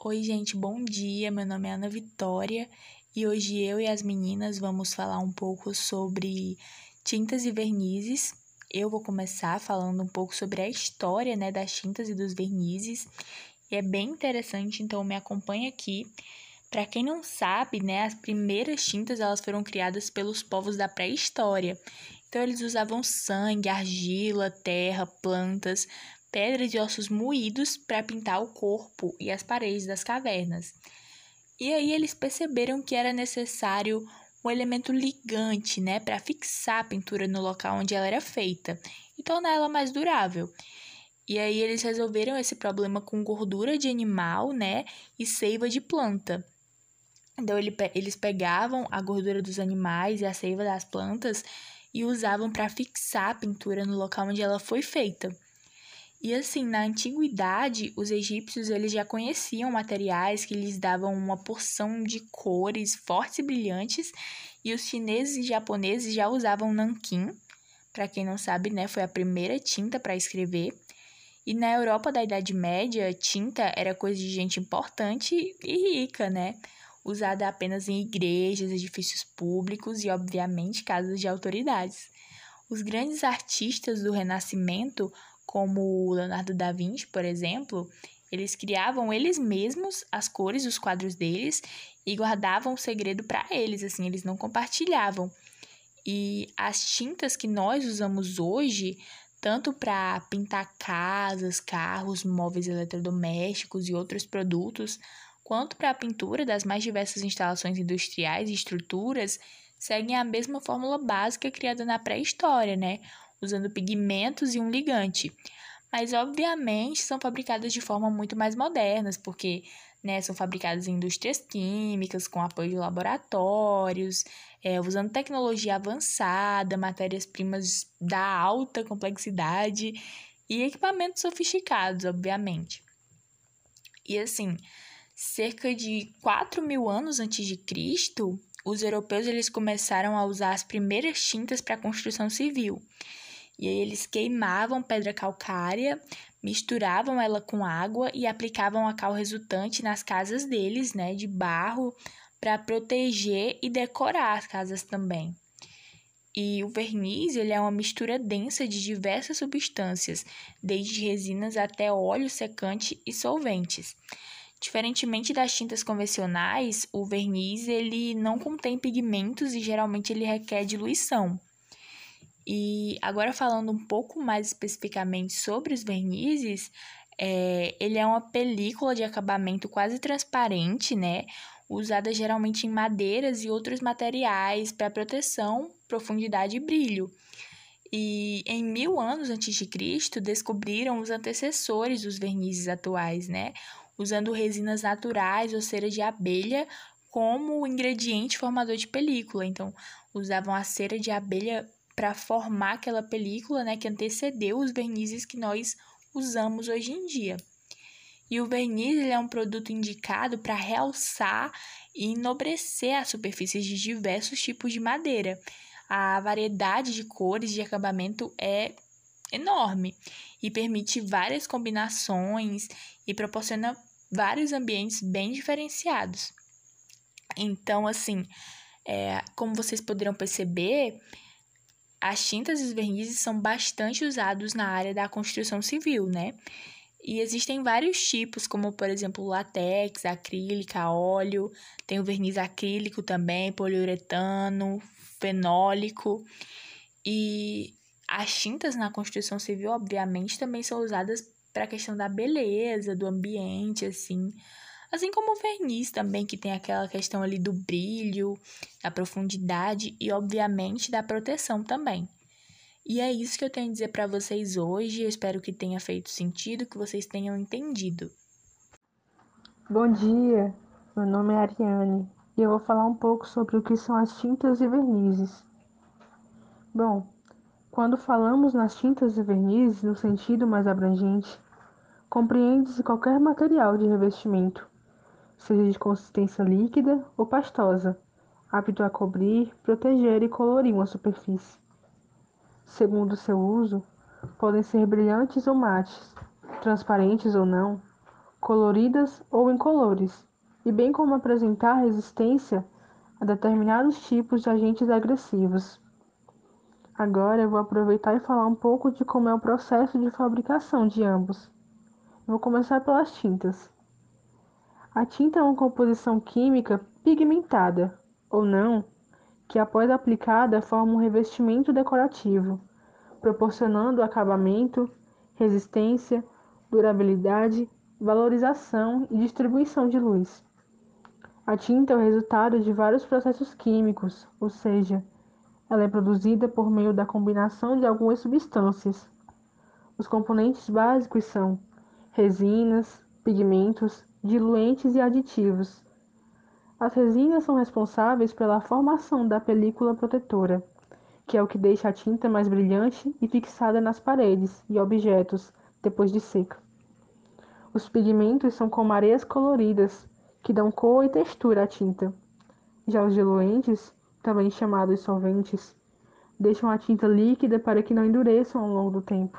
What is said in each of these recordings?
Oi, gente, bom dia. Meu nome é Ana Vitória e hoje eu e as meninas vamos falar um pouco sobre tintas e vernizes. Eu vou começar falando um pouco sobre a história, das tintas e dos vernizes. E é bem interessante, então me acompanha aqui. Para quem não sabe, as primeiras tintas elas foram criadas pelos povos da pré-história. Então eles usavam sangue, argila, terra, plantas, pedras e ossos moídos para pintar o corpo e as paredes das cavernas. E aí eles perceberam que era necessário um elemento ligante, para fixar a pintura no local onde ela era feita e tornar ela mais durável. E aí eles resolveram esse problema com gordura de animal, e seiva de planta. Então eles pegavam a gordura dos animais e a seiva das plantas e usavam para fixar a pintura no local onde ela foi feita. E assim, na antiguidade, os egípcios eles já conheciam materiais que lhes davam uma porção de cores fortes e brilhantes, e os chineses e japoneses já usavam nanquim. Para quem não sabe, foi a primeira tinta para escrever. E na Europa da Idade Média, tinta era coisa de gente importante e rica, usada apenas em igrejas, edifícios públicos e, obviamente, casas de autoridades. Os grandes artistas do Renascimento, como Leonardo da Vinci, por exemplo, eles criavam eles mesmos as cores dos quadros deles e guardavam o segredo para eles, assim, eles não compartilhavam. E as tintas que nós usamos hoje, tanto para pintar casas, carros, móveis eletrodomésticos e outros produtos, quanto para a pintura das mais diversas instalações industriais e estruturas, seguem a mesma fórmula básica criada na pré-história, usando pigmentos e um ligante. Mas, obviamente, são fabricadas de forma muito mais moderna, porque são fabricadas em indústrias químicas, com apoio de laboratórios, usando tecnologia avançada, matérias-primas da alta complexidade e equipamentos sofisticados, obviamente. E assim, cerca de 4.000 anos antes de Cristo, os europeus eles começaram a usar as primeiras tintas para a construção civil. E aí eles queimavam pedra calcária, misturavam ela com água e aplicavam a cal resultante nas casas deles, de barro, para proteger e decorar as casas também. E o verniz, ele é uma mistura densa de diversas substâncias, desde resinas até óleo secante e solventes. Diferentemente das tintas convencionais, o verniz ele não contém pigmentos e geralmente ele requer diluição. E agora falando um pouco mais especificamente sobre os vernizes, ele é uma película de acabamento quase transparente, usada geralmente em madeiras e outros materiais para proteção, profundidade e brilho. E em 1.000 anos antes de Cristo, descobriram os antecessores dos vernizes atuais, usando resinas naturais ou cera de abelha como ingrediente formador de película. Então, usavam a cera de abelha para formar aquela película, que antecedeu os vernizes que nós usamos hoje em dia. E o verniz ele é um produto indicado para realçar e enobrecer as superfícies de diversos tipos de madeira. A variedade de cores de acabamento é enorme e permite várias combinações e proporciona vários ambientes bem diferenciados. Então, assim, como vocês poderão perceber, as tintas e os vernizes são bastante usados na área da construção civil, E existem vários tipos, como, por exemplo, látex, acrílica, óleo. Tem o verniz acrílico também, poliuretano, fenólico. E as tintas na construção civil, obviamente, também são usadas para a questão da beleza, do ambiente, assim. Assim como o verniz também, que tem aquela questão ali do brilho, da profundidade e, obviamente, da proteção também. E é isso que eu tenho a dizer para vocês hoje. Eu espero que tenha feito sentido, que vocês tenham entendido. Bom dia, meu nome é Ariane e eu vou falar um pouco sobre o que são as tintas e vernizes. Bom, quando falamos nas tintas e vernizes no sentido mais abrangente, compreende-se qualquer material de revestimento, seja de consistência líquida ou pastosa, apto a cobrir, proteger e colorir uma superfície. Segundo seu uso, podem ser brilhantes ou mates, transparentes ou não, coloridas ou incolores, e bem como apresentar resistência a determinados tipos de agentes agressivos. Agora eu vou aproveitar e falar um pouco de como é o processo de fabricação de ambos. Vou começar pelas tintas. A tinta é uma composição química pigmentada, ou não, que após aplicada forma um revestimento decorativo, proporcionando acabamento, resistência, durabilidade, valorização e distribuição de luz. A tinta é o resultado de vários processos químicos, ou seja, ela é produzida por meio da combinação de algumas substâncias. Os componentes básicos são resinas, pigmentos, diluentes e aditivos. As resinas são responsáveis pela formação da película protetora, que é o que deixa a tinta mais brilhante e fixada nas paredes e objetos depois de seca. Os pigmentos são como areias coloridas, que dão cor e textura à tinta. Já os diluentes, também chamados solventes, deixam a tinta líquida para que não endureçam ao longo do tempo.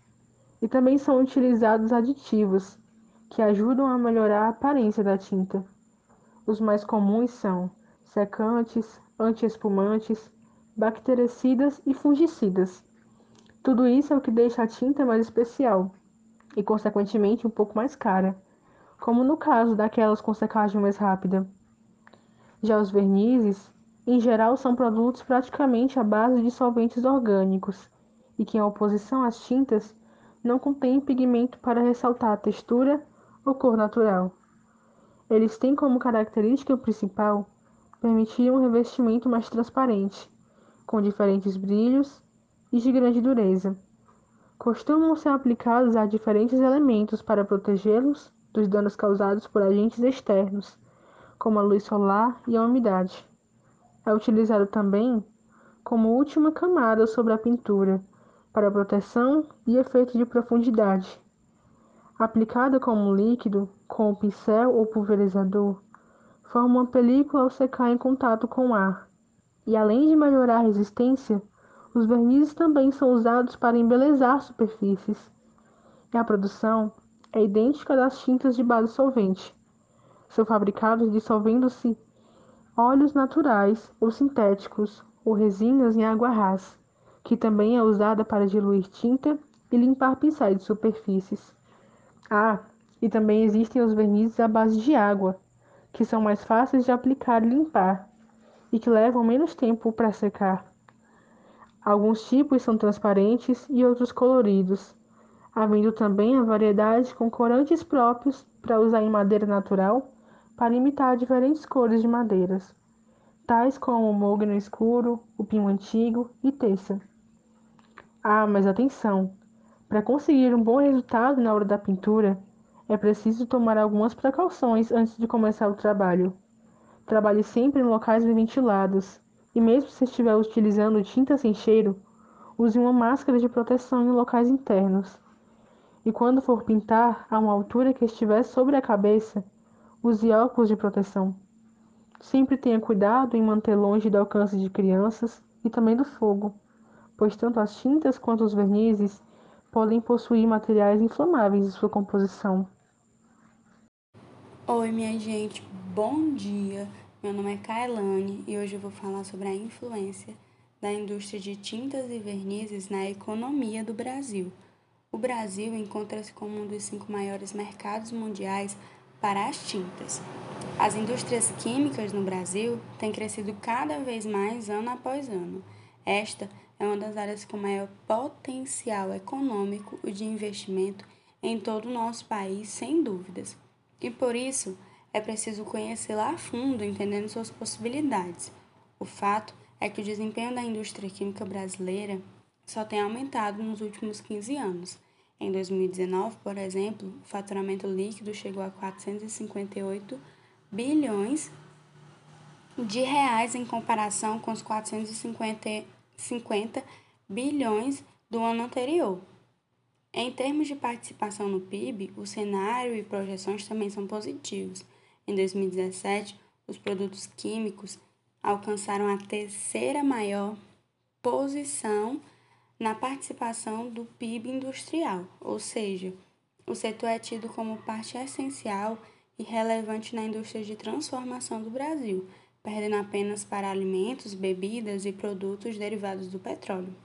E também são utilizados aditivos, que ajudam a melhorar a aparência da tinta. Os mais comuns são secantes, antiespumantes, bactericidas e fungicidas. Tudo isso é o que deixa a tinta mais especial e, consequentemente, um pouco mais cara, como no caso daquelas com secagem mais rápida. Já os vernizes, em geral, são produtos praticamente à base de solventes orgânicos e que, em oposição às tintas, não contêm pigmento para ressaltar a textura ou cor natural. Eles têm como característica principal permitir um revestimento mais transparente, com diferentes brilhos e de grande dureza. Costumam ser aplicados a diferentes elementos para protegê-los dos danos causados por agentes externos, como a luz solar e a umidade. É utilizado também como última camada sobre a pintura, para proteção e efeito de profundidade. Aplicada como líquido, com o pincel ou pulverizador, forma uma película ao secar em contato com o ar. E além de melhorar a resistência, os vernizes também são usados para embelezar superfícies. E a produção é idêntica das tintas de base solvente. São fabricados dissolvendo-se óleos naturais ou sintéticos ou resinas em água rasa, que também é usada para diluir tinta e limpar pincéis de superfícies. Ah, e também existem os vernizes à base de água, que são mais fáceis de aplicar e limpar, e que levam menos tempo para secar. Alguns tipos são transparentes e outros coloridos, havendo também a variedade com corantes próprios para usar em madeira natural para imitar diferentes cores de madeiras, tais como o mogno escuro, o pinho antigo e teça. Ah, mas atenção! Para conseguir um bom resultado na hora da pintura, é preciso tomar algumas precauções antes de começar o trabalho. Trabalhe sempre em locais bem ventilados, e mesmo se estiver utilizando tinta sem cheiro, use uma máscara de proteção em locais internos. E quando for pintar a uma altura que estiver sobre a cabeça, use óculos de proteção. Sempre tenha cuidado em manter longe do alcance de crianças e também do fogo, pois tanto as tintas quanto os vernizes podem possuir materiais inflamáveis em sua composição. Oi, minha gente, bom dia. Meu nome é Kailane e hoje eu vou falar sobre a influência da indústria de tintas e vernizes na economia do Brasil. O Brasil encontra-se como um dos 5 maiores mercados mundiais para as tintas. As indústrias químicas no Brasil têm crescido cada vez mais ano após ano. Esta é uma das áreas com maior potencial econômico e de investimento em todo o nosso país, sem dúvidas. E por isso, é preciso conhecê-la a fundo, entendendo suas possibilidades. O fato é que o desempenho da indústria química brasileira só tem aumentado nos últimos 15 anos. Em 2019, por exemplo, o faturamento líquido chegou a 458 bilhões de reais em comparação com os 450 bilhões do ano anterior. Em termos de participação no PIB, o cenário e projeções também são positivos. Em 2017, os produtos químicos alcançaram a terceira maior posição na participação do PIB industrial, ou seja, o setor é tido como parte essencial e relevante na indústria de transformação do Brasil, perdendo apenas para alimentos, bebidas e produtos derivados do petróleo.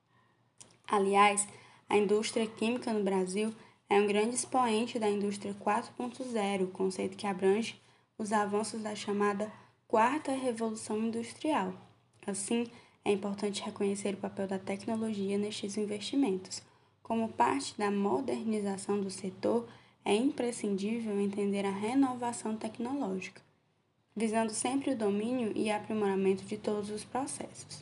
Aliás, a indústria química no Brasil é um grande expoente da indústria 4.0, conceito que abrange os avanços da chamada Quarta Revolução Industrial. Assim, é importante reconhecer o papel da tecnologia nestes investimentos. Como parte da modernização do setor, é imprescindível entender a renovação tecnológica, visando sempre o domínio e aprimoramento de todos os processos.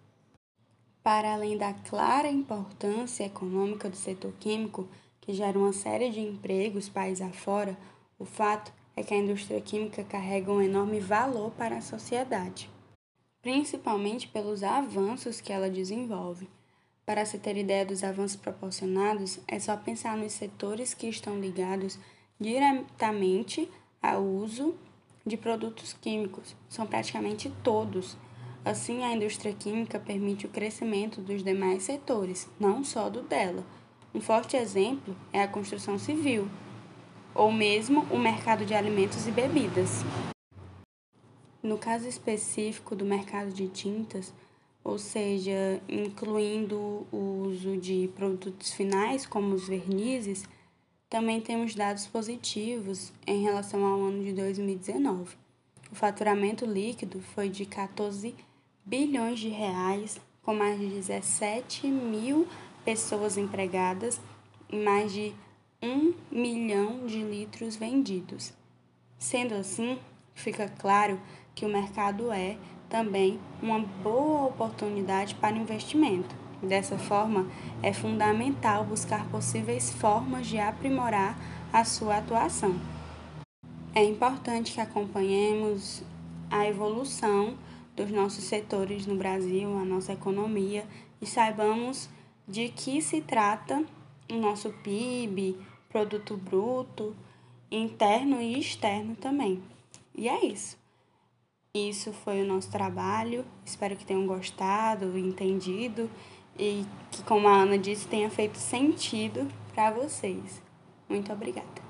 Para além da clara importância econômica do setor químico, que gera uma série de empregos país afora, o fato é que a indústria química carrega um enorme valor para a sociedade, principalmente pelos avanços que ela desenvolve. Para se ter ideia dos avanços proporcionados, é só pensar nos setores que estão ligados diretamente ao uso de produtos químicos. São praticamente todos. Assim, a indústria química permite o crescimento dos demais setores, não só do dela. Um forte exemplo é a construção civil, ou mesmo o mercado de alimentos e bebidas. No caso específico do mercado de tintas, ou seja, incluindo o uso de produtos finais, como os vernizes, também temos dados positivos em relação ao ano de 2019. O faturamento líquido foi de 14 bilhões de reais, com mais de 17 mil pessoas empregadas e mais de 1 milhão de litros vendidos. Sendo assim, fica claro que o mercado é também uma boa oportunidade para investimento. Dessa forma, é fundamental buscar possíveis formas de aprimorar a sua atuação. É importante que acompanhemos a evolução dos nossos setores no Brasil, a nossa economia, e saibamos de que se trata o nosso PIB, produto bruto, interno e externo também. E é isso. Isso foi o nosso trabalho. Espero que tenham gostado, entendido e que, como a Ana disse, tenha feito sentido para vocês. Muito obrigada.